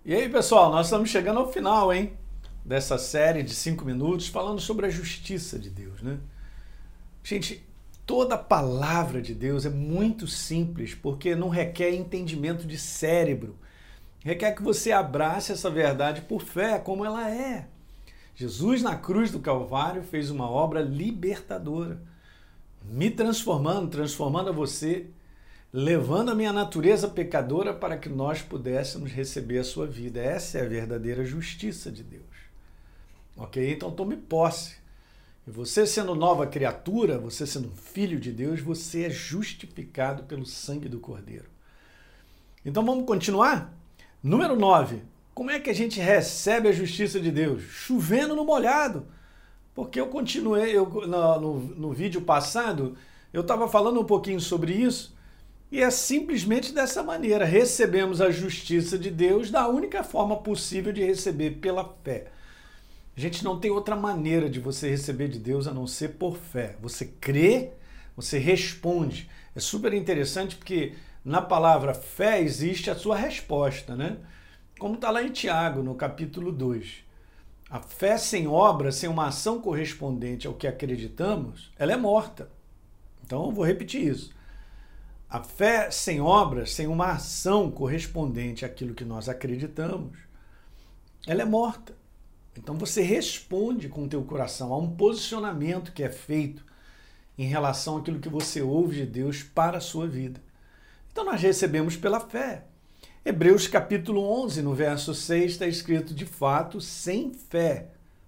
E aí, pessoal, nós estamos chegando ao final, hein? Dessa série de 5 minutos falando sobre a justiça de Deus, né? Gente, toda a palavra de Deus é muito simples porque não requer entendimento de cérebro. Requer que você abrace essa verdade por fé, como ela é. Jesus, na cruz do Calvário, fez uma obra libertadora, me transformando a você, levando a minha natureza pecadora para que nós pudéssemos receber a sua vida. Essa é a verdadeira justiça de Deus. Ok? Então tome posse. E você sendo nova criatura, você sendo filho de Deus, você é justificado pelo sangue do Cordeiro. Então vamos continuar? Número 9. Como é que a gente recebe a justiça de Deus? Chovendo no molhado. Porque eu continuei, no vídeo passado, eu estava falando um pouquinho sobre isso, e é simplesmente dessa maneira. Recebemos a justiça de Deus da única forma possível de receber, pela fé. A gente não tem outra maneira de você receber de Deus a não ser por fé. Você crê, você responde. É super interessante porque na palavra fé existe a sua resposta, né? Como está lá em Tiago, no capítulo 2. A fé sem obra, sem uma ação correspondente ao que acreditamos, ela é morta. Então eu vou repetir isso. A fé sem obras, sem uma ação correspondente àquilo que nós acreditamos, ela é morta. Então você responde com o teu coração a um posicionamento que é feito em relação àquilo que você ouve de Deus para a sua vida. Então nós recebemos pela fé. Hebreus capítulo 11, no verso 6, está escrito: de fato, sem fé,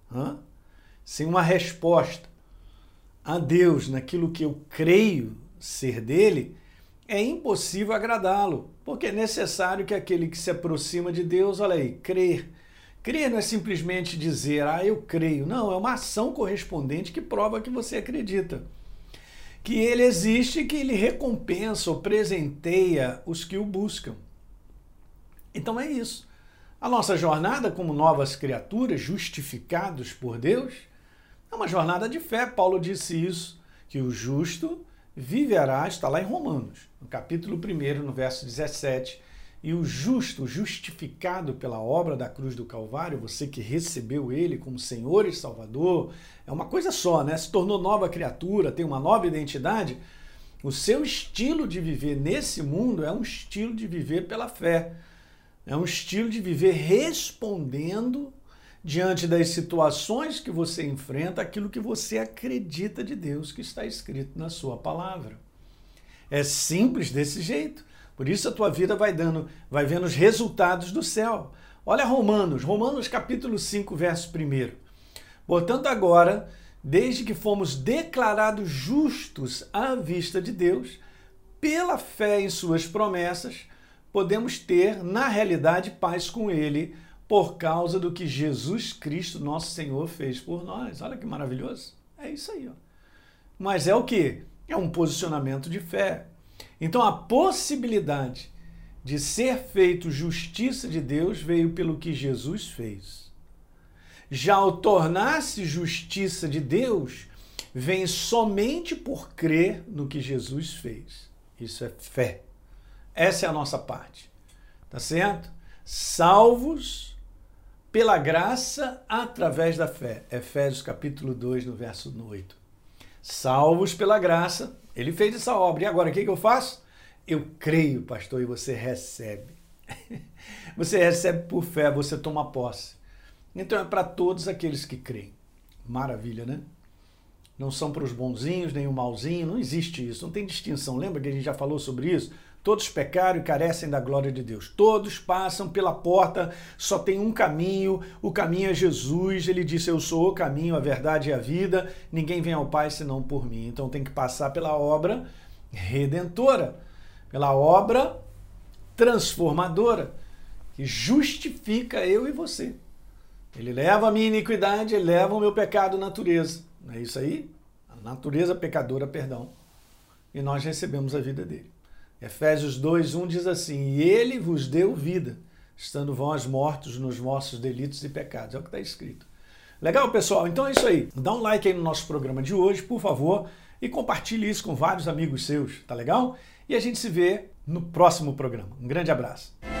sem uma resposta a Deus naquilo que eu creio ser dele, é impossível agradá-lo, porque é necessário que aquele que se aproxima de Deus, olha aí, crer. Crer não é simplesmente dizer, eu creio. Não, é uma ação correspondente que prova que você acredita. Que ele existe e que ele recompensa ou presenteia os que o buscam. Então é isso. A nossa jornada como novas criaturas, justificados por Deus, é uma jornada de fé. Paulo disse isso, que o justo viverá, está lá em Romanos, no capítulo 1, no verso 17. E o justo, justificado pela obra da cruz do Calvário, você que recebeu ele como Senhor e Salvador, é uma coisa só, né? Se tornou nova criatura, tem uma nova identidade. O seu estilo de viver nesse mundo é um estilo de viver pela fé. É um estilo de viver respondendo diante das situações que você enfrenta, aquilo que você acredita de Deus que está escrito na sua palavra. É simples desse jeito. Por isso a tua vida vai vendo os resultados do céu. Olha Romanos capítulo 5, verso 1. Portanto, agora, desde que fomos declarados justos à vista de Deus, pela fé em suas promessas, podemos ter, na realidade, paz com Ele, por causa do que Jesus Cristo, nosso Senhor, fez por nós. Olha que maravilhoso. É isso aí, ó. Mas é o quê? É um posicionamento de fé. Então a possibilidade de ser feito justiça de Deus veio pelo que Jesus fez. Já ao tornar-se justiça de Deus, vem somente por crer no que Jesus fez. Isso é fé. Essa é a nossa parte. Tá certo? Salvos pela graça através da fé. Efésios capítulo 2, no verso 8. Salvos pela graça, ele fez essa obra. E agora, o que eu faço? Eu creio, pastor, e você recebe. Você recebe por fé, você toma posse. Então é para todos aqueles que creem. Maravilha, né? Não são para os bonzinhos, nem o malzinho, não existe isso, não tem distinção. Lembra que a gente já falou sobre isso? Todos pecaram e carecem da glória de Deus. Todos passam pela porta, só tem um caminho, o caminho é Jesus. Ele disse, eu sou o caminho, a verdade e a vida, ninguém vem ao Pai senão por mim. Então tem que passar pela obra redentora, pela obra transformadora, que justifica eu e você. Ele leva a minha iniquidade, ele leva o meu pecado natureza. Não é isso aí? A natureza pecadora, perdão. E nós recebemos a vida dele. Efésios 2:1 diz assim, e ele vos deu vida, estando vós mortos nos vossos delitos e pecados. É o que está escrito. Legal, pessoal? Então é isso aí. Dá um like aí no nosso programa de hoje, por favor, e compartilhe isso com vários amigos seus, tá legal? E a gente se vê no próximo programa. Um grande abraço.